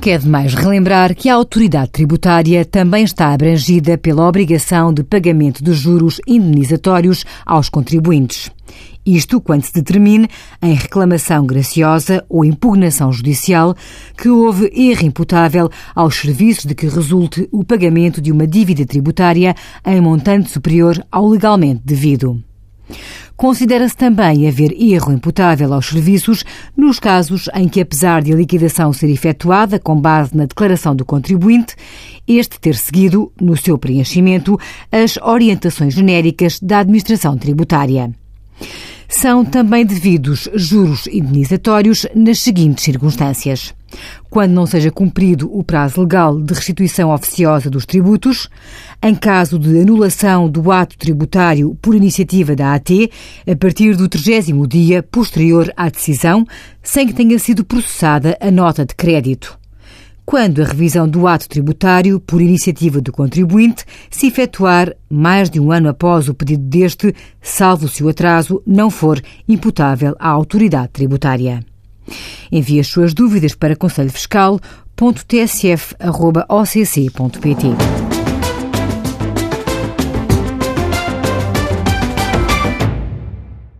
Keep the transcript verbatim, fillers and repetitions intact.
Nunca é demais relembrar que a autoridade tributária também está abrangida pela obrigação de pagamento de juros indenizatórios aos contribuintes. Isto quando se determine, em reclamação graciosa ou impugnação judicial, que houve erro imputável aos serviços de que resulte o pagamento de uma dívida tributária em montante superior ao legalmente devido. Considera-se também haver erro imputável aos serviços nos casos em que, apesar de a liquidação ser efetuada com base na declaração do contribuinte, este ter seguido, no seu preenchimento, as orientações genéricas da administração tributária. São também devidos juros indenizatórios nas seguintes circunstâncias: quando não seja cumprido o prazo legal de restituição oficiosa dos tributos, em caso de anulação do ato tributário por iniciativa da A T a partir do trigésimo dia posterior à decisão, sem que tenha sido processada a nota de crédito, quando a revisão do ato tributário por iniciativa do contribuinte se efetuar mais de um ano após o pedido deste, salvo se o atraso não for imputável à autoridade tributária. Envie as suas dúvidas para conselho fiscal ponto t s f arroba o c c ponto p t.